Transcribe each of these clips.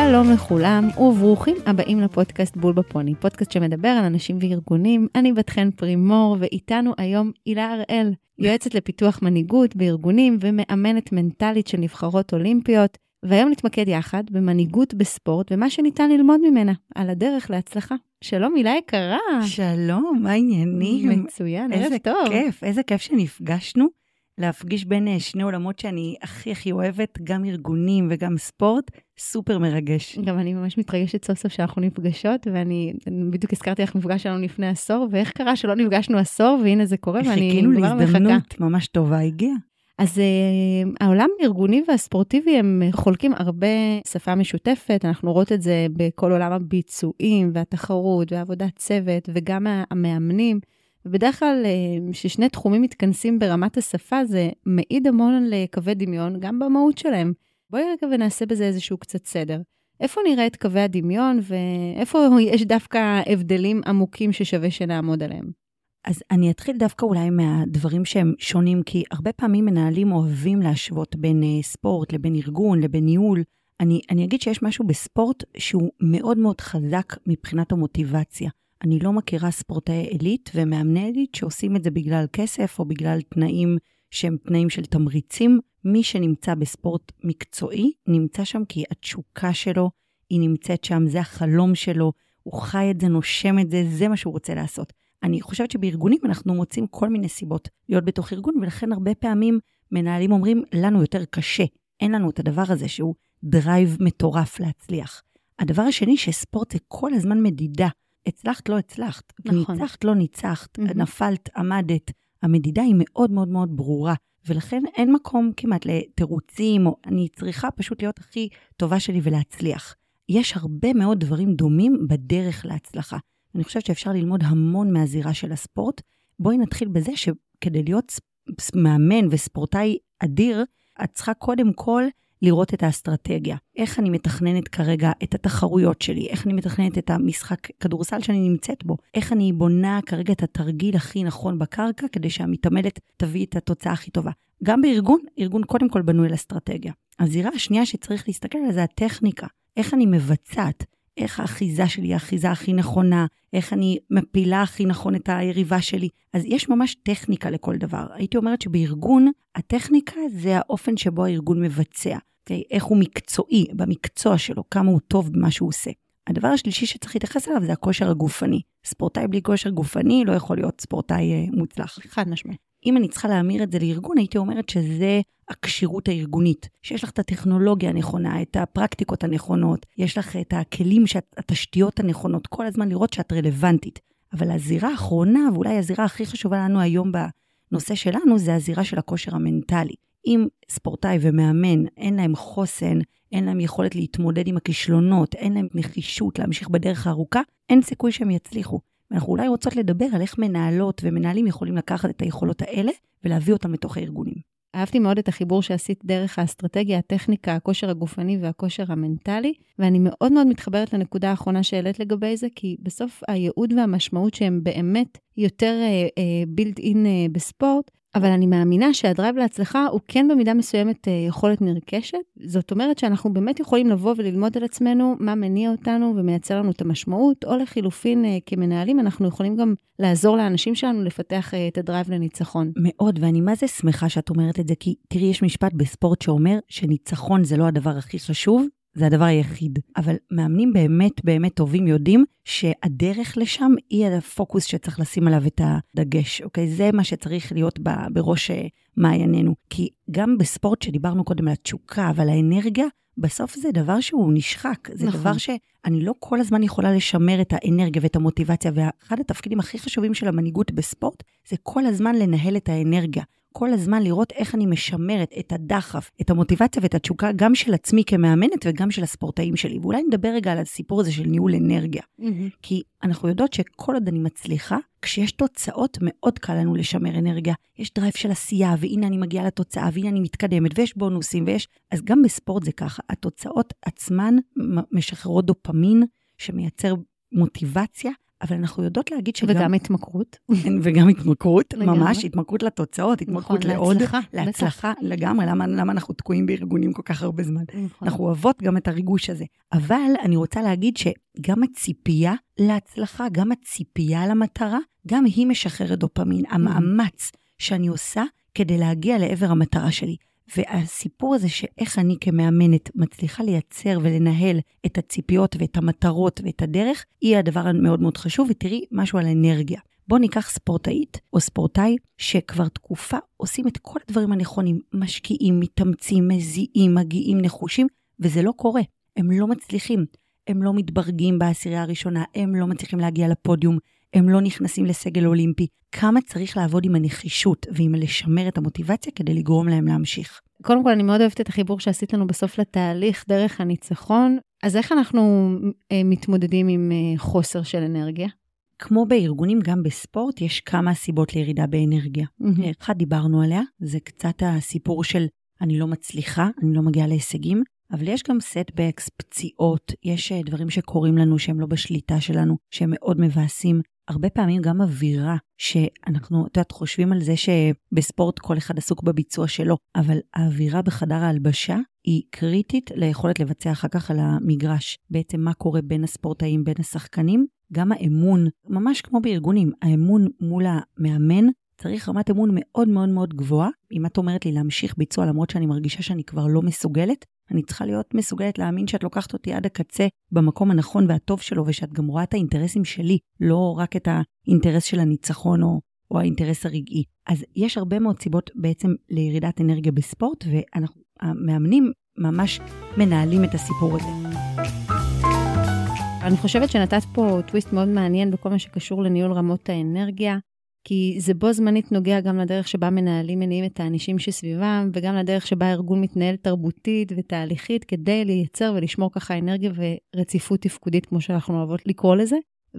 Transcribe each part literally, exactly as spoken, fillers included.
שלום לכולם וברוכים הבאים לפודקאסט בול בפוני, פודקאסט שמדבר על אנשים וארגונים. אני בת חן פרימור ואיתנו היום הילה הראל, יועצת לפיתוח מנהיגות בארגונים ומאמנת מנטלית של נבחרות אולימפיות, והיום נתמקד יחד במנהיגות בספורט ומה שניתן ללמוד ממנה על הדרך להצלחה. שלום הילה יקרה. שלום, מה העניינים? מצוין, ערב טוב. איזה כיף, איזה כיף שנפגשנו. להפגיש בין שני עולמות שאני הכי הכי אוהבת, גם ארגונים וגם ספורט, סופר מרגש. גם אני ממש מתרגשת סוף סוף שאנחנו נפגשות, ואני בדיוק הזכרתי איך נפגש שלנו לפני עשור, ואיך קרה שלא נפגשנו עשור, והנה זה קורה, ואני חיכינו להזדמנות ממש טובה הגיעה. אז uh, העולם הארגוני והספורטיבי הם חולקים הרבה שפה משותפת, אנחנו רואות את זה בכל עולם הביצועים והתחרות והעבודת צוות, וגם המאמנים, ובדרך כלל ששני תחומים מתכנסים ברמת השפה, זה מעיד המון על קווי דמיון, גם במהות שלהם. בואי רגע ונעשה בזה איזשהו קצת סדר. איפה נראה את קווי הדמיון, ואיפה יש דווקא הבדלים עמוקים ששווה שנעמוד עליהם? אז אני אתחיל דווקא אולי מהדברים שהם שונים, כי הרבה פעמים מנהלים אוהבים להשוות בין ספורט לבין ארגון, לבין ניהול. אני, אני אגיד שיש משהו בספורט שהוא מאוד מאוד חזק מבחינת המוטיבציה. אני לא מכירה ספורטאי אליט ומאמני אליט שעושים את זה בגלל כסף או בגלל תנאים שהם תנאים של תמריצים. מי שנמצא בספורט מקצועי נמצא שם כי התשוקה שלו היא נמצאת שם, זה החלום שלו, הוא חי את זה, נושם את זה, זה מה שהוא רוצה לעשות. אני חושבת שבארגונים אנחנו מוצאים כל מיני סיבות להיות בתוך ארגון, ולכן הרבה פעמים מנהלים אומרים לנו יותר קשה, אין לנו את הדבר הזה שהוא דרייב מטורף להצליח. הדבר השני שספורט זה כל הזמן מדידה, הצלחת, לא הצלחת. נכון. ניצחת, לא ניצחת. Mm-hmm. נפלת, עמדת. המדידה היא מאוד מאוד מאוד ברורה. ולכן אין מקום כמעט לתירוצים, או אני צריכה פשוט להיות הכי טובה שלי ולהצליח. יש הרבה מאוד דברים דומים בדרך להצלחה. אני חושבת שאפשר ללמוד המון מהזירה של הספורט. בואי נתחיל בזה שכדי להיות מאמן וספורטאי אדיר, את צריכה קודם כל לראות את האסטרטגיה. איך אני מתכננת כרגע את התחרויות שלי, איך אני מתכננת את המשחק כדורסל שאני נמצאת בו, איך אני בונה כרגע את התרגיל הכי נכון בקרקע, כדי שהמתעמלת תביא את התוצאה הכי טובה. גם בארגון, ארגון קודם כל בנוי לאסטרטגיה. הזירה השנייה שצריך להסתכל על זה, הטכניקה. איך אני מבצעת, איך האחיזה שלי, האחיזה הכי נכונה, איך אני מפילה הכי נכון את היריבה שלי. אז יש ממש טכניקה לכל דבר. הייתי אומרת שבארגון, הטכניקה זה האופן שבו הארגון מבצע. איך הוא מקצועי במקצוע שלו, כמה הוא טוב במה שהוא עושה. הדבר השלישי שצריך להתייחס אליו זה הכושר הגופני. ספורטאי בלי כושר גופני לא יכול להיות ספורטאי מוצלח. חד משמעי. אם אני צריכה להמיר את זה לארגון, הייתי אומרת שזה הקשירות הארגונית. שיש לך את הטכנולוגיה הנכונה, את הפרקטיקות הנכונות, יש לך את הכלים, התשתיות הנכונות, כל הזמן לראות שאת רלוונטית. אבל הזירה האחרונה, ואולי הזירה הכי חשובה לנו היום בנושא שלנו, זה הזירה של הכושר המנטלי. אם ספורטאי ומאמן, אין להם חוסן, אין להם יכולת להתמודד עם הכישלונות, אין להם נחישות להמשיך בדרך הארוכה, אין סיכוי שהם יצליחו. ואנחנו אולי רוצות לדבר על איך מנהלות ומנהלים יכולים לקחת את היכולות האלה, ולהביא אותם לתוך הארגונים. אהבתי מאוד את החיבור שעשית דרך האסטרטגיה, הטכניקה, הכושר הגופני והכושר המנטלי, ואני מאוד מאוד מתחברת לנקודה האחרונה שהעלית לגבי זה, כי בסוף הייעוד והמשמעות שהם באמת יותר בילד אין בספורט, אבל אני מאמינה שהדרייב להצלחה הוא כן במידה מסוימת יכולת נרכשת. זאת אומרת שאנחנו באמת יכולים לבוא וללמוד על עצמנו מה מניע אותנו ומייצר לנו את המשמעות, או לחילופין כמנהלים אנחנו יכולים גם לעזור לאנשים שלנו לפתח את הדרייב לניצחון. מאוד, ואני מה זה שמחה שאת אומרת את זה, כי תראי יש משפט בספורט שאומר שניצחון זה לא הדבר הכי חשוב, זה הדבר היחיד. אבל מאמנים באמת באמת טובים יודעים שהדרך לשם היא הפוקוס שצריך לשים עליו את הדגש. אוקיי? זה מה שצריך להיות בראש מעייננו. כי גם בספורט שדיברנו קודם על התשוקה ועל האנרגיה, בסוף זה דבר שהוא נשחק. זה נכון. דבר שאני לא כל הזמן יכולה לשמר את האנרגיה ואת המוטיבציה. ואחד התפקידים הכי חשובים של המנהיגות בספורט, זה כל הזמן לנהל את האנרגיה. כל הזמן לראות איך אני משמרת את הדחף, את המוטיבציה ואת התשוקה, גם של עצמי כמאמנת וגם של הספורטאים שלי. ואולי נדבר רגע על הסיפור הזה של ניהול אנרגיה. Mm-hmm. כי אנחנו יודעות שכל עוד אני מצליחה, כשיש תוצאות מאוד קל לנו לשמר אנרגיה. יש דרייב של עשייה, והנה אני מגיעה לתוצאה, והנה אני מתקדמת, ויש בונוסים, ויש... אז גם בספורט זה ככה. התוצאות עצמן משחררות דופמין, שמייצר מוטיבציה, אבל אנחנו יודעות להגיד שגם... וגם התמכרות. וגם התמכרות, ממש, התמכרות לתוצאות, התמכרות לעוד, להצלחה. להצלחה לגמרי, למה, למה אנחנו תקועים בארגונים כל כך הרבה זמן. אנחנו אוהבות גם את הריגוש הזה. אבל אני רוצה להגיד שגם הציפייה להצלחה, גם הציפייה למטרה, גם היא משחררת דופמין. המאמץ שאני עושה כדי להגיע לעבר המטרה שלי. והסיפור הזה שאיך אני כמאמנת מצליחה לייצר ולנהל את הציפיות ואת המטרות ואת הדרך, היא הדבר המאוד מאוד חשוב, ותראי משהו על אנרגיה. בוא ניקח ספורטאית או ספורטאי שכבר תקופה עושים את כל הדברים הנכונים, משקיעים, מתאמצים, מזיעים, מגיעים, נחושים, וזה לא קורה. הם לא מצליחים, הם לא מתברגים בעשירייה הראשונה, הם לא מצליחים להגיע לפודיום, הם לא נכנסים לסגל אולימפי. כמה צריך לעבוד עם הנחישות ועם לשמר את המוטיבציה כדי לגרום להם להמשיך? קודם כל, אני מאוד אוהבת את החיבור שעשית לנו בסוף לתהליך דרך הניצחון. אז איך אנחנו מתמודדים עם חוסר של אנרגיה? כמו בארגונים, גם בספורט, יש כמה סיבות לירידה באנרגיה. Mm-hmm. אחד דיברנו עליה, זה קצת הסיפור של אני לא מצליחה, אני לא מגיעה להישגים, אבל יש גם סטבקס, פציעות, יש דברים שקורים לנו שהם לא בשליטה שלנו, שהם מאוד מבאסים. הרבה פעמים גם אווירה שאנחנו, את יודעת, חושבים על זה שבספורט כל אחד עסוק בביצוע שלו, אבל האווירה בחדר ההלבשה היא קריטית ליכולת לבצע אחר כך על המגרש. בעצם מה קורה בין הספורטאים, בין השחקנים, גם האמון, ממש כמו בארגונים, האמון מול המאמן, צריך רמת אמון מאוד מאוד מאוד גבוהה. אם את אומרת לי להמשיך ביצוע, למרות שאני מרגישה שאני כבר לא מסוגלת, אני צריכה להיות מסוגלת להאמין שאת לוקחת אותי עד הקצה במקום הנכון והטוב שלו, ושאת גם רואה את האינטרסים שלי, לא רק את האינטרס של הניצחון או, או האינטרס הרגעי. אז יש הרבה מאוד סיבות בעצם לירידת אנרגיה בספורט, ואנחנו, המאמנים ממש מנהלים את הסיפור הזה. אני חושבת שנתת פה טוויסט מאוד מעניין בכל מה שקשור לניהול רמות האנרגיה, כי זה בו זמנית נוגע גם לדרך שבה מנהלים מניעים את האנשים שסביבם, וגם לדרך שבה הארגון מתנהל תרבותית ותהליכית, כדי לייצר ולשמור ככה אנרגיה ורציפות תפקודית, כמו שאנחנו אוהבות לקרוא לזה.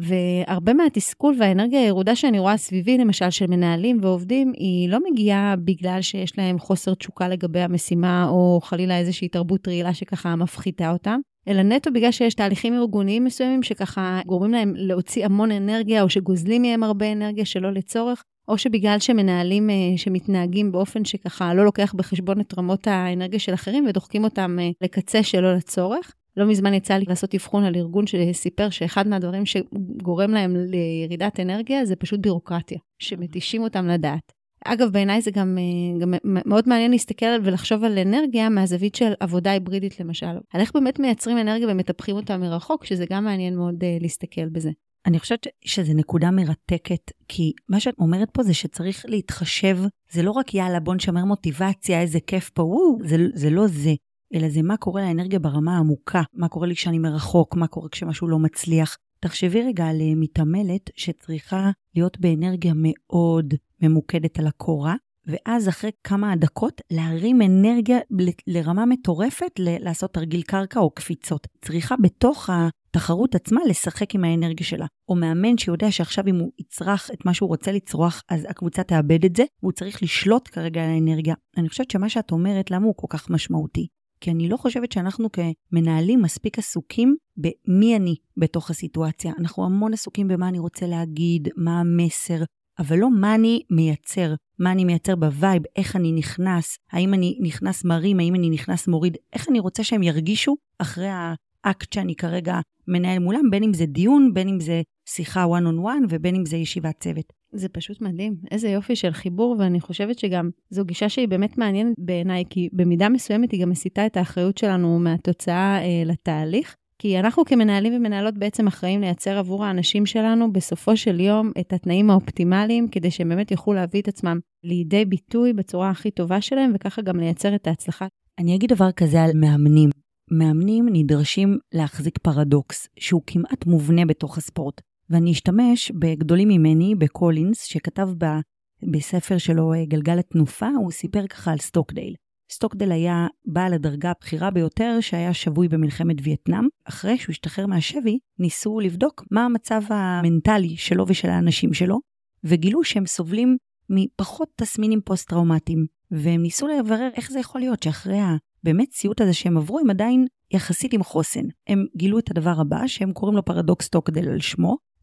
והרבה מהתסכול והאנרגיה הירודה שאני רואה סביבי, למשל של מנהלים ועובדים, היא לא מגיעה בגלל שיש להם חוסר תשוקה לגבי המשימה, או חלילה איזושהי תרבות רעילה שככה מפחיתה אותם, אלא נטו בגלל שיש תהליכים ארגוניים מסוימים שככה גורמים להם להוציא המון אנרגיה, או שגוזלים מהם הרבה אנרגיה שלא לצורך, או שבגלל שמנהלים שמתנהגים באופן שככה לא לוקח בחשבון את רמות האנרגיה של אחרים, ודוחקים אותם לקצה שלא לצורך. לא מזמן יצא לי לעשות אבחון על ארגון שסיפר שאחד מהדברים שגורם להם לירידת אנרגיה, זה פשוט בירוקרטיה, שמתישים אותם לדעת. אגב, בעיניי זה גם, גם מאוד מעניין להסתכל ולחשוב על אנרגיה מהזווית של עבודה היברידית למשל. על איך באמת מייצרים אנרגיה ומטפחים אותה מרחוק, שזה גם מעניין מאוד uh, להסתכל בזה. אני חושבת שזה נקודה מרתקת, כי מה שאת אומרת פה זה שצריך להתחשב, זה לא רק יאללה בוא נשמר מוטיבציה, איזה כיף פה, וואו, זה, זה לא זה, אלא זה מה קורה לאנרגיה ברמה העמוקה, מה קורה לי כשאני מרחוק, מה קורה כשמשהו לא מצליח. תחשבי רגע על מתעמלת שצריכה להיות באנרגיה מאוד ממוקדת על הקורה, ואז אחרי כמה דקות להרים אנרגיה ל- לרמה מטורפת, ל- לעשות תרגיל קרקע או קפיצות. צריכה בתוך התחרות עצמה לשחק עם האנרגיה שלה. או מאמן שיודע שעכשיו אם הוא יצרח את מה שהוא רוצה לצרוח, אז הקבוצה תאבד את זה, והוא צריך לשלוט כרגע על האנרגיה. אני חושבת שמה שאת אומרת, למה הוא כל כך משמעותי? כי אני לא חושבת שאנחנו כמנהלים מספיק עסוקים במי אני בתוך הסיטואציה. אנחנו המון עסוקים במה אני רוצה להגיד, מה המסר, אבל לא מה אני מייצר, מה אני מייצר בווייב, איך אני נכנס, האם אני נכנס מרים, האם אני נכנס מוריד, איך אני רוצה שהם ירגישו אחרי האקט שאני כרגע מנהל מולם, בין אם זה דיון, בין אם זה שיחה one on one, ובין אם זה ישיבת צוות. זה פשוט מדהים, איזה יופי של חיבור, ואני חושבת שגם זו גישה שהיא באמת מעניינת בעיניי, כי במידה מסוימת היא גם מסיטה את האחריות שלנו מהתוצאה אה, לתהליך, כי אנחנו כמנהלים ומנהלות בעצם אחראים לייצר עבור האנשים שלנו בסופו של יום את התנאים האופטימליים, כדי שהם באמת יוכלו להביא את עצמם לידי ביטוי בצורה הכי טובה שלהם, וככה גם לייצר את ההצלחה. אני אגיד דבר כזה על מאמנים. מאמנים נדרשים להחזיק פרדוקס, שהוא כמעט מובנה בתוך הספורט. ואני אשתמש בגדולים ממני, בקולינס, שכתב ב, בספר שלו גלגל התנופה, הוא סיפר ככה על סטוקדייל. סטוקדייל היה בעל הדרגה הבכירה ביותר שהיה שבוי במלחמת וייטנאם. אחרי שהוא השתחרר מהשבי, ניסו לבדוק מה המצב המנטלי שלו ושל האנשים שלו, וגילו שהם סובלים מפחות תסמינים פוסט-טראומטיים. והם ניסו לברר איך זה יכול להיות שאחרי באמת סיוט הזה שהם עברו, הם עדיין יחסית עם חוסן. הם גילו את הדבר הבא, שהם קוראים לו פרדוקס סטוקדייל על שמו,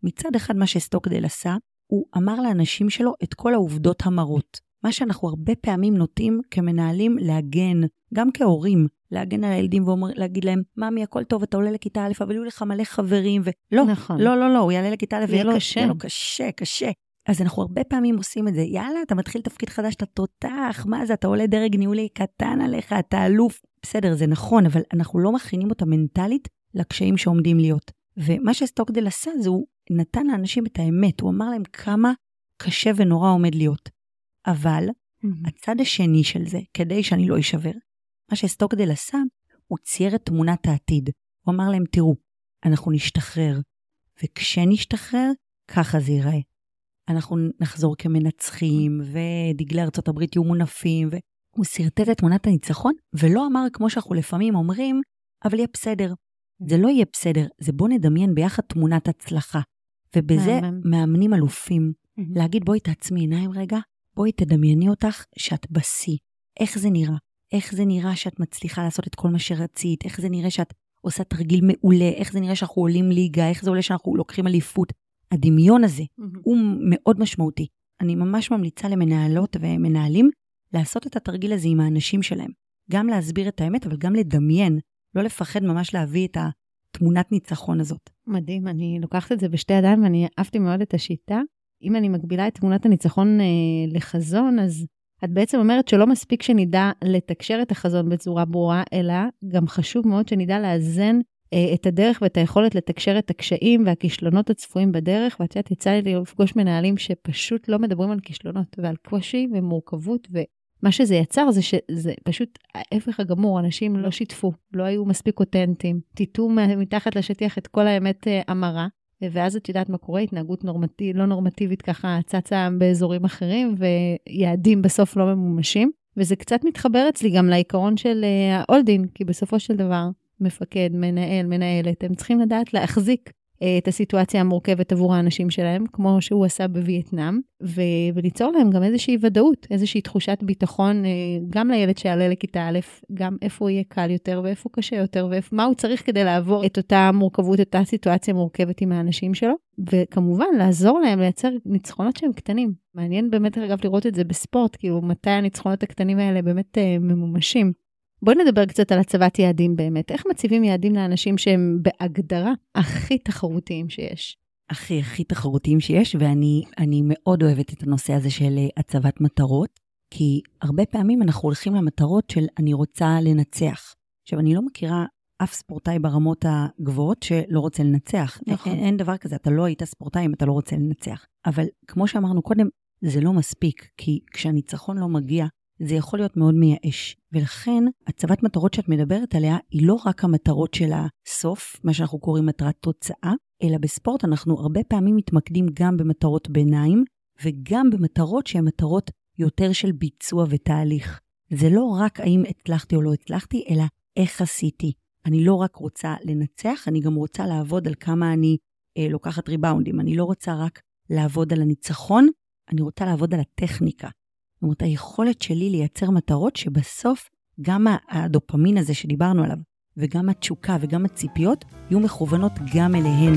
מצד אחד מה שסטוקדל עשה, הוא אמר לאנשים שלו את כל העובדות המרות. מה שאנחנו הרבה פעמים נוטים כמנהלים להגן, גם כהורים, להגן על הילדים ולהגיד להם, מאמי, הכל טוב, אתה עולה לכיתה א', אבל יהיו לך מלא חברים, ולא, נכון. לא, לא, לא, הוא יעלה לכיתה א', יהיה לו קשה. קשה. לו קשה, קשה. אז אנחנו הרבה פעמים עושים את זה, יאללה, אתה מתחיל תפקיד חדש, אתה תותח, מה זה, אתה עולה דרג ניהולי קטן עליך, אתה אלוף. בסדר, זה נכון, אבל אנחנו לא מכינים אותה מנטלית לקשיים שעומדים להיות. ומה שסטוקדל עשה, זה הוא נתן לאנשים את האמת, הוא אמר להם כמה קשה ונורא עומד להיות. אבל mm-hmm. הצד השני של זה, כדי שאני לא אשבר, מה שסטוקדל עשה, הוא צייר את תמונת העתיד. הוא אמר להם, תראו, אנחנו נשתחרר, וכשנשתחרר, ככה זה ייראה. אנחנו נחזור כמנצחים, ודגלי ארצות הברית יהיו מונפים, והוא סרטט את תמונת הניצחון, ולא אמר כמו שאנחנו לפעמים אומרים, אבל יהיה בסדר. זה לא יהיה בסדר, זה בוא נדמיין ביחד תמונת הצלחה. ובזה מאמנים אלופים. להגיד בואי תעצמי עיניים רגע, בואי תדמייני אותך שאת בסי. איך זה נראה? איך זה נראה שאת מצליחה לעשות את כל מה שרצית? איך זה נראה שאת עושה תרגיל מעולה? איך זה נראה שאנחנו עולים ליגה? איך זה עולה שאנחנו לוקחים אליפות? הדמיון הזה הוא מאוד משמעותי. אני ממש ממליצה למנהלות ומנהלים לעשות את התרגיל הזה עם האנשים שלהם. גם להסביר את האמת, אבל גם לדמיין. לא לפחד ממש להביא את התמונת ניצחון הזאת. מדהים, אני לוקחת את זה בשתי ידיים, ואני אהבתי מאוד את השיטה. אם אני מגבילה את תמונת הניצחון אה, לחזון, אז את בעצם אומרת שלא מספיק שנדע לתקשר את החזון בצורה ברורה, אלא גם חשוב מאוד שנדע לאזן אה, את הדרך ואת היכולת לתקשר את הקשיים והכישלונות הצפויים בדרך, ואת יודעת, יצא לי לפגוש מנהלים שפשוט לא מדברים על כישלונות ועל קושי ומורכבות, ומה שזה יצר זה שזה פשוט ההפך הגמור, אנשים לא שיתפו, לא היו מספיק אותנטיים, טיטו מתחת לשטיח את כל האמת אמרה, ואז את יודעת מה קורה, התנהגות נורמטיבית, לא נורמטיבית ככה צצה באזורים אחרים, ויעדים בסוף לא ממומשים, וזה קצת מתחבר אצלי גם לעיקרון של האולדין, כי בסופו של דבר, מפקד, מנהל, מנהלת, הם צריכים לדעת להחזיק את הסיטואציה המורכבת עבור האנשים שלהם, כמו שהוא עשה בווייטנאם, ו- וליצור להם גם איזושהי ודאות, איזושהי תחושת ביטחון, גם לילד שיעלה לכיתה א', גם איפה הוא יהיה קל יותר, ואיפה קשה יותר, ומה הוא צריך כדי לעבור את אותה מורכבות, את אותה סיטואציה מורכבת עם האנשים שלו, וכמובן לעזור להם לייצר ניצחונות שהם קטנים. מעניין באמת אגב לראות את זה בספורט, כאילו מתי הניצחונות הקטנים האלה באמת אה, ממומשים. בואי נדבר קצת על הצבת יעדים באמת. איך מציבים יעדים לאנשים שהם בהגדרה הכי תחרותיים שיש? הכי הכי תחרותיים שיש, ואני אני מאוד אוהבת את הנושא הזה של הצבת מטרות, כי הרבה פעמים אנחנו הולכים למטרות של אני רוצה לנצח. עכשיו, אני לא מכירה אף ספורטאי ברמות הגבוהות שלא רוצה לנצח. נכון. אין, אין דבר כזה, אתה לא היית ספורטאי אם אתה לא רוצה לנצח. אבל כמו שאמרנו קודם, זה לא מספיק, כי כשהניצחון לא מגיע, זה יכול להיות מאוד מייאש. ולכן, הצבת מטרות שאת מדברת עליה, היא לא רק המטרות של הסוף, מה שאנחנו קוראים מטרת תוצאה, אלא בספורט אנחנו הרבה פעמים מתמקדים גם במטרות ביניים, וגם במטרות שהן מטרות יותר של ביצוע ותהליך. זה לא רק האם הצלחתי או לא הצלחתי, אלא איך עשיתי. אני לא רק רוצה לנצח, אני גם רוצה לעבוד על כמה אני אה, לוקחת ריבאונדים. אני לא רוצה רק לעבוד על הניצחון, אני רוצה לעבוד על הטכניקה. זאת אומרת, היכולת שלי לייצר מטרות שבסוף גם הדופמין הזה שדיברנו עליו, וגם התשוקה וגם הציפיות, יהיו מכוונות גם אליהן.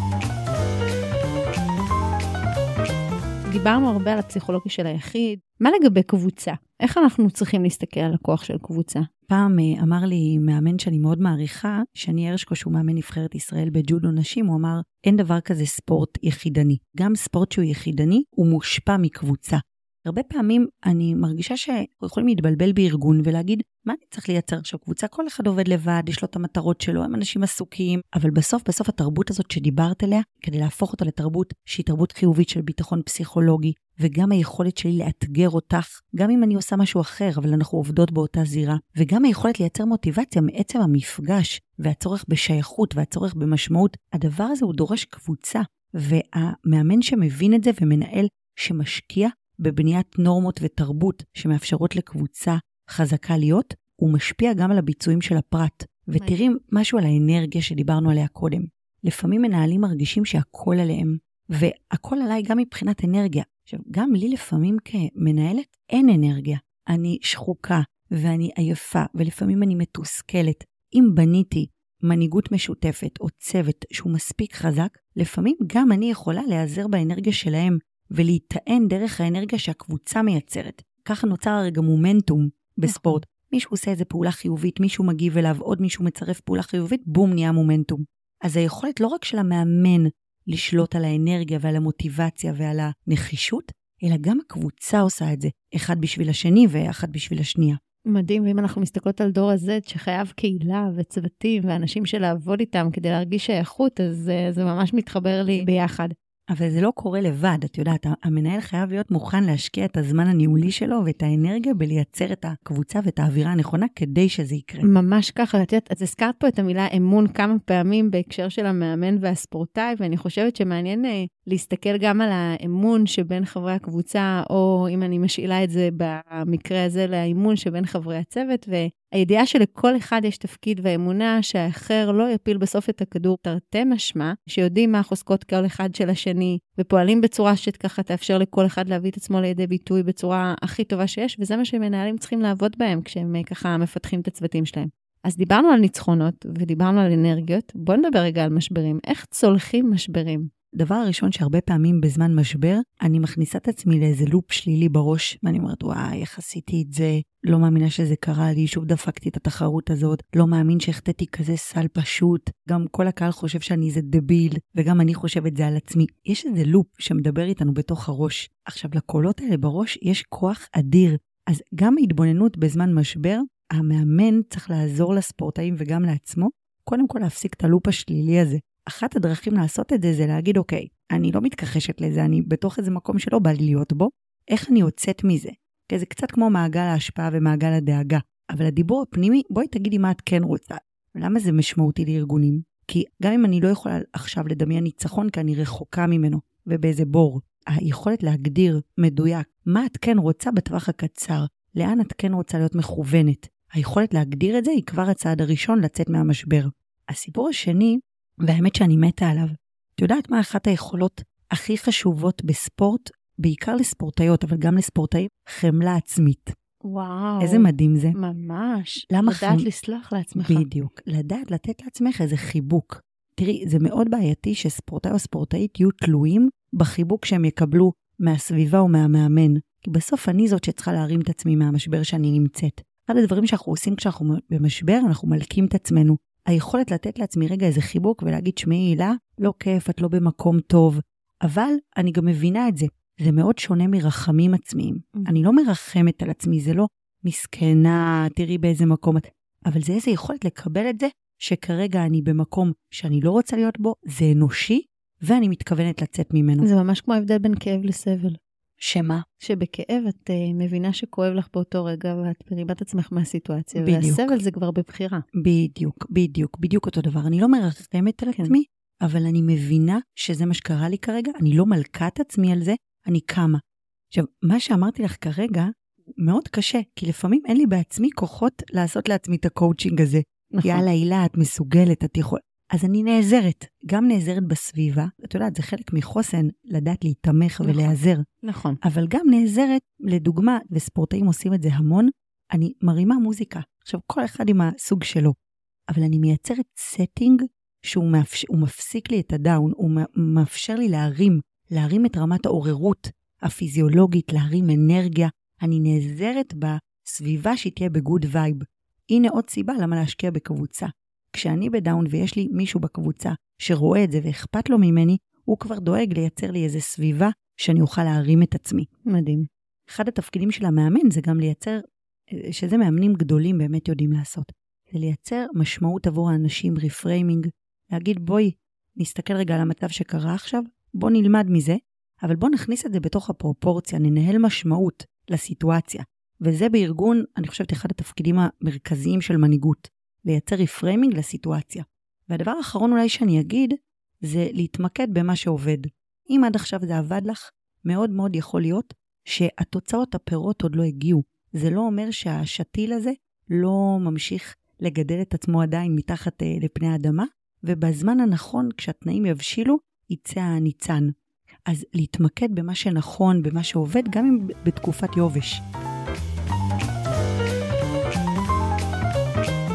דיברנו הרבה על הפסיכולוגיה של היחיד. מה לגבי קבוצה? איך אנחנו צריכים להסתכל על הכוח של קבוצה? פעם אמר לי מאמן שאני מאוד מעריכה, שני הרשקו שהוא מאמן נבחרת ישראל בג'ודו נשים, הוא אמר, אין דבר כזה ספורט יחידני. גם ספורט שהוא יחידני, הוא מושפע מקבוצה. הרבה פעמים אני מרגישה שיכולים להתבלבל בארגון ולהגיד, מה אני צריך לייצר עכשיו קבוצה? כל אחד עובד לבד, יש לו את המטרות שלו, הם אנשים עסוקים, אבל בסוף, בסוף התרבות הזאת שדיברת עליה, כדי להפוך אותה לתרבות שהיא תרבות חיובית של ביטחון פסיכולוגי, וגם היכולת שלי לאתגר אותך, גם אם אני עושה משהו אחר, אבל אנחנו עובדות באותה זירה, וגם היכולת לייצר מוטיבציה מעצם המפגש, והצורך בשייכות, והצורך במשמעות, הדבר הזה הוא דורש קבוצה, והמאמן שמבין את זה ומנהל שמשקיע בבניית נורמות ותרבות שמאפשרות לקבוצה חזקה להיות, הוא משפיע גם על הביצועים של הפרט. ותראים משהו על האנרגיה שדיברנו עליה קודם. לפעמים מנהלים מרגישים שהכל עליהם, והכל עליי גם מבחינת אנרגיה. עכשיו, גם לי לפעמים כמנהלת אין אנרגיה. אני שחוקה ואני עייפה, ולפעמים אני מתוסכלת. אם בניתי מנהיגות משותפת או צוות שהוא מספיק חזק, לפעמים גם אני יכולה להיעזר באנרגיה שלהם, ולהיטען דרך האנרגיה שהקבוצה מייצרת. ככה נוצר הרגע מומנטום בספורט. מישהו עושה איזה פעולה חיובית, מישהו מגיב אליו, עוד מישהו מצרף פעולה חיובית, בום, נהיה מומנטום. אז היכולת לא רק של המאמן לשלוט על האנרגיה ועל המוטיבציה ועל הנחישות, אלא גם הקבוצה עושה את זה, אחד בשביל השני ואחד בשביל השנייה. מדהים, ואם אנחנו מסתכלות על דור הזה, שחייב קהילה וצוותים ואנשים שלעבוד איתם כדי להרגיש שייכות, אז זה, זה ממש מתחבר לי ביחד. אבל זה לא קורה לבד, את יודעת, המנהל חייב להיות מוכן להשקיע את הזמן הניהולי שלו ואת האנרגיה בלייצר את הקבוצה ואת האווירה הנכונה כדי שזה יקרה. ממש ככה, את יודעת, את הזכרת פה את המילה אמון כמה פעמים בהקשר של המאמן והספורטאי, ואני חושבת שמעניין להסתכל גם על האמון שבין חברי הקבוצה, או אם אני משאילה את זה במקרה הזה לאמון שבין חברי הצוות, והידיעה שלכל אחד יש תפקיד והאמונה שהאחר לא יפיל בסוף את הכדור תרתי משמע, שיודעים מה חוזקות כל אחד של השני, ופועלים בצורה שככה תאפשר לכל אחד להביא את עצמו לידי ביטוי בצורה הכי טובה שיש, וזה מה שמנהלים צריכים לעבוד בהם כשהם ככה מפתחים את הצוותים שלהם. אז דיברנו על ניצחונות ודיברנו על אנרגיות, בואו נדבר רגע על משברים. איך צולחים משברים? דבר הראשון שהרבה פעמים בזמן משבר, אני מכניסה את עצמי לאיזה לופ שלילי בראש, ואני אומרת, וואי, איך עשיתי את זה? לא מאמינה שזה קרה לי, שוב דפקתי את התחרות הזאת, לא מאמין שהחטאתי כזה סל פשוט, גם כל הקהל חושב שאני איזה דביל, וגם אני חושב את זה על עצמי. יש איזה לופ שמדבר איתנו בתוך הראש. עכשיו, לקולות האלה בראש יש כוח אדיר, אז גם ההתבוננות בזמן משבר, המאמן צריך לעזור לספורטאים וגם לעצמו, קודם כל להפסיק את הלופ השלילי הזה. אחת הדרכים לעשות את זה, זה להגיד, אוקיי, אני לא מתכחשת לזה, אני בתוך איזה מקום שלא בא לי להיות בו, איך אני יוצאת מזה? כי זה קצת כמו מעגל ההשפעה ומעגל הדאגה. אבל הדיבור הפנימי, בואי תגידי מה את כן רוצה. למה זה משמעותי לארגונים? כי גם אם אני לא יכולה עכשיו לדמיין ניצחון, כי אני רחוקה ממנו, ובאיזה בור, היכולת להגדיר מדויק, מה את כן רוצה בטווח הקצר, לאן את כן רוצה להיות מכוונת. היכולת להגדיר את זה היא כבר הצעד הראשון לצאת מהמשבר. הסיפור השני, והאמת שאני מתה עליו, את יודעת מה אחת היכולות הכי חשובות בספורט, בעיקר לספורטאיות, אבל גם לספורטאים, חמלה עצמית. וואו. איזה מדהים זה. ממש. למה לדעת חמ... לסלוח לעצמך. בדיוק. לדעת לתת לעצמך איזה חיבוק. תראי, זה מאוד בעייתי שספורטאי או ספורטאית יהיו תלויים בחיבוק שהם יקבלו מהסביבה או מהמאמן. כי בסוף אני זאת שצריכה להרים את עצמי מהמשבר שאני נמצאת. אחד הדברים שאנחנו עושים כשאנחנו במשבר, אנחנו מלקים את עצמנו. היכולת לתת לעצמי רגע איזה חיבוק ולהגיד, שמי הילה, לא כיף, את לא במקום טוב. אבל אני גם מבינה את זה. זה מאוד שונה מרחמים עצמיים. Mm-hmm. אני לא מרחמת על עצמי, זה לא מסכנה, תראי באיזה מקום. אבל זה איזה יכולת לקבל את זה, שכרגע אני במקום שאני לא רוצה להיות בו, זה אנושי, ואני מתכוונת לצאת ממנו. זה ממש כמו ההבדל בין כאב לסבל. שמה? שבכאב את uh, מבינה שכואב לך באותו רגע, ואת מריבת עצמך מהסיטואציה, בדיוק. והסבל זה כבר בבחירה. בדיוק, בדיוק, בדיוק אותו דבר. אני לא מרחמת על כן. עצמי, אבל אני מבינה שזה מה שקרה לי כרגע, אני לא מלכת עצמי על זה, אני קמה. עכשיו, מה שאמרתי לך כרגע, מאוד קשה, כי לפעמים אין לי בעצמי כוחות לעשות לעצמי את הקואוצ'ינג הזה. נכון. יאללה, הילה, את מסוגלת, את יכול... אז אני נעזרת, גם נעזרת בסביבה, את יודעת, זה חלק מחוסן, לדעת להתמך נכון. ולעזר. נכון. אבל גם נעזרת, לדוגמה, וספורטאים עושים את זה המון, אני מרימה מוזיקה. עכשיו, כל אחד עם הסוג שלו. אבל אני מייצרת סטינג, שהוא מאפשר, הוא מפסיק לי את הדאון, הוא מאפשר לי להרים, להרים את רמת העוררות הפיזיולוגית, להרים אנרגיה. אני נעזרת בסביבה שהיא תהיה בגוד וייב. הנה עוד סיבה למה להשקיע בקבוצה. כשאני בדאון ויש לי מישהו בקבוצה שרואה את זה ואכפת לו ממני, הוא כבר דואג לייצר לי איזו סביבה שאני אוכל להרים את עצמי. מדהים. אחד התפקידים של המאמן זה גם לייצר, שזה מאמנים גדולים באמת יודעים לעשות. זה לייצר משמעות עבור האנשים, ריפריימינג, להגיד בואי נסתכל רגע על המצב שקרה עכשיו, בוא נלמד מזה, אבל בוא נכניס את זה בתוך הפרופורציה, ננהל משמעות לסיטואציה. וזה בארגון, אני חושבת, אחד התפקידים המרכזיים של מנהיגות, לייצר ריפריימינג לסיטואציה. והדבר האחרון אולי שאני אגיד, זה להתמקד במה שעובד. אם עד עכשיו זה עבד לך, מאוד מאוד יכול להיות שהתוצאות הפירות עוד לא הגיעו. זה לא אומר שהשתיל הזה לא ממשיך לגדל את עצמו עדיין מתחת אה, לפני האדמה, ובזמן הנכון, כשהתנאים יבשילו, יצא הניצן. אז להתמקד במה שנכון, במה שעובד, גם אם בתקופת יובש.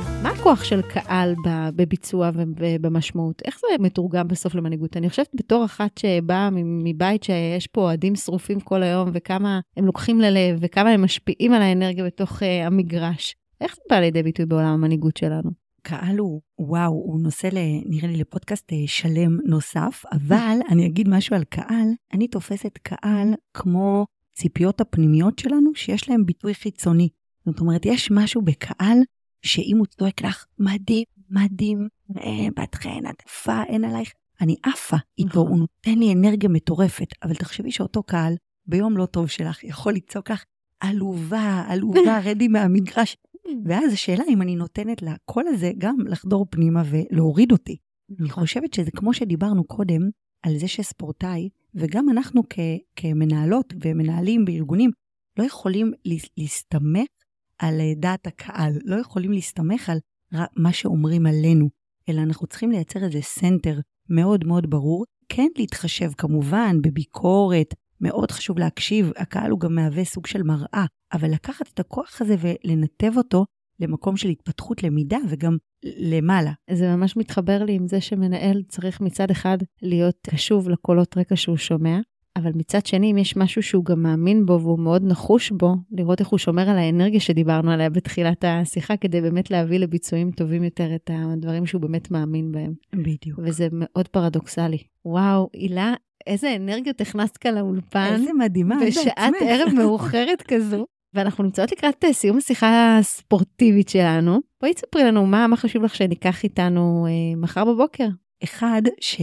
הכוח של קהל בביצוע ובמשמעות? איך זה מתורגם בסוף למנהיגות? אני חושבת בתור אחת שבאה מבית שיש פה אוהדים שרופים כל היום, וכמה הם לוקחים ללב, וכמה הם משפיעים על האנרגיה בתוך המגרש. איך זה בא לידי ביטוי בעולם המנהיגות שלנו? קהל הוא, וואו, הוא נושא, נראה לי, לפודקאסט שלם נוסף, אבל אני אגיד משהו על קהל. אני תופסת קהל כמו ציפיות הפנימיות שלנו, שיש להם ביטוי חיצוני. זאת אומרת, יש משהו בקהל, שאם הוא צועק לך, מדהים, מדהים, בת חן, את עפה, אין עלייך, אני עפה איתו, הוא נותן לי אנרגיה מטורפת, אבל תחשבי שאותו קהל, ביום לא טוב שלך, יכול לצעוק לך, עלובה, עלובה, רדי מהמגרש, ואז השאלה אם אני נותנת לקול הזה גם לחדור פנימה ולהוריד אותי. אני חושבת שזה כמו שדיברנו קודם, על זה שספורטאי, וגם אנחנו כ- כמנהלות ומנהלים בארגונים, לא יכולים להסתמך על דעת הקהל, לא יכולים להסתמך על מה שאומרים עלינו, אלא אנחנו צריכים לייצר איזה סנטר מאוד מאוד ברור, כן להתחשב כמובן בביקורת, מאוד חשוב להקשיב, הקהל הוא גם מהווה סוג של מראה, אבל לקחת את הכוח הזה ולנתב אותו למקום של התפתחות למידה וגם למעלה. זה ממש מתחבר לי עם זה שמנהל צריך מצד אחד להיות קשוב לקולות רקע שהוא שומע, אבל מצד שני, אם יש משהו שהוא גם מאמין בו, והוא מאוד נחוש בו, לראות איך הוא שומר על האנרגיה שדיברנו עליה בתחילת השיחה, כדי באמת להביא לביצועים טובים יותר את הדברים שהוא באמת מאמין בהם. בדיוק. וזה מאוד פרדוקסלי. וואו, הילה, איזה אנרגיות הכנסת כאן לאולפן. איזה מדהימה. בשעת ערב מאוחרת כזו. ואנחנו נמצאות לקראת סיום השיחה הספורטיבית שלנו. בואי תספרי לנו מה, מה חשוב לך שניקח איתנו אה, מחר בבוקר. אחד,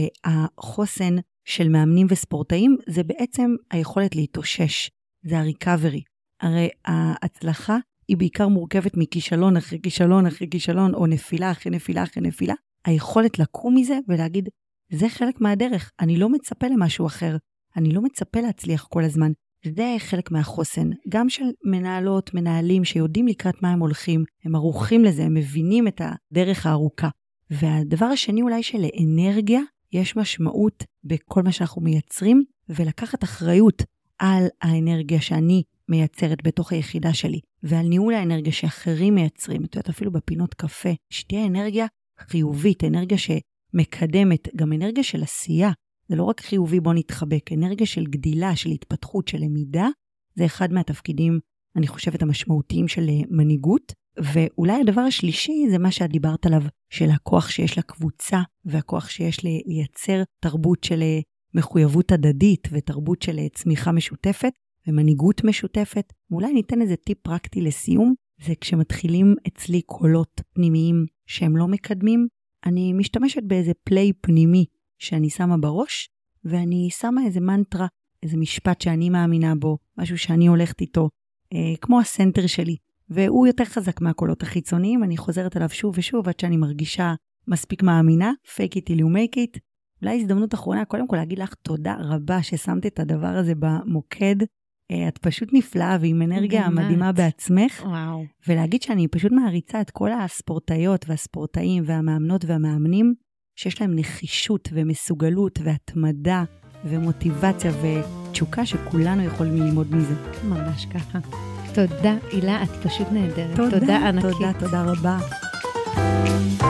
שהחוסן של מאמנים וספורטאים, זה בעצם היכולת להתאושש. זה הריקאברי. הרי ההצלחה היא בעיקר מורכבת מכישלון אחרי כישלון אחרי כישלון, או נפילה אחרי נפילה אחרי נפילה. היכולת לקום מזה ולהגיד, זה חלק מהדרך, אני לא מצפה למשהו אחר, אני לא מצפה להצליח כל הזמן. זה חלק מהחוסן, גם של מנהלות, מנהלים שיודעים לקראת מה הם הולכים, הם ערוכים לזה, הם מבינים את הדרך הארוכה. והדבר השני אולי של אנרגיה, יש משמעות בכל מה שאנחנו מייצרים, ולקחת אחריות על האנרגיה שאני מייצרת בתוך היחידה שלי, ועל ניהול האנרגיה שאחרים מייצרים, את יודעת, אפילו בפינות קפה, שתהיה אנרגיה חיובית, אנרגיה שמקדמת, גם אנרגיה של עשייה, זה לא רק חיובי בוא נתחבק, אנרגיה של גדילה, של התפתחות, של למידה, זה אחד מהתפקידים, אני חושבת, המשמעותיים של מנהיגות, ואולי הדבר השלישי זה מה שאת דיברת עליו, של הכוח שיש לקבוצה, והכוח שיש לייצר תרבות של מחויבות הדדית, ותרבות של צמיחה משותפת, ומנהיגות משותפת. ואולי ניתן איזה טיפ פרקטי לסיום, זה כשמתחילים אצלי קולות פנימיים שהם לא מקדמים, אני משתמשת באיזה פליי פנימי שאני שמה בראש, ואני שמה איזה מנטרה, איזה משפט שאני מאמינה בו, משהו שאני הולכת איתו, אה, כמו הסנטר שלי. והוא יותר חזק מהקולות החיצוניים, אני חוזרת עליו שוב ושוב, עד שאני מרגישה מספיק מאמינה, fake it till you make it. אולי הזדמנות אחרונה, קודם כל להגיד לך תודה רבה ששמת את הדבר הזה במוקד, את פשוט נפלאה ועם אנרגיה מדהימה בעצמך, וואו. ולהגיד שאני פשוט מעריצה את כל הספורטאיות והספורטאים והמאמנות והמאמנים, שיש להם נחישות ומסוגלות והתמדה ומוטיבציה ותשוקה שכולנו יכולים ללמוד מזה. ממש ככה. תודה, הילה, את פשוט נהדרת. תודה, תודה ענקית. תודה, תודה רבה.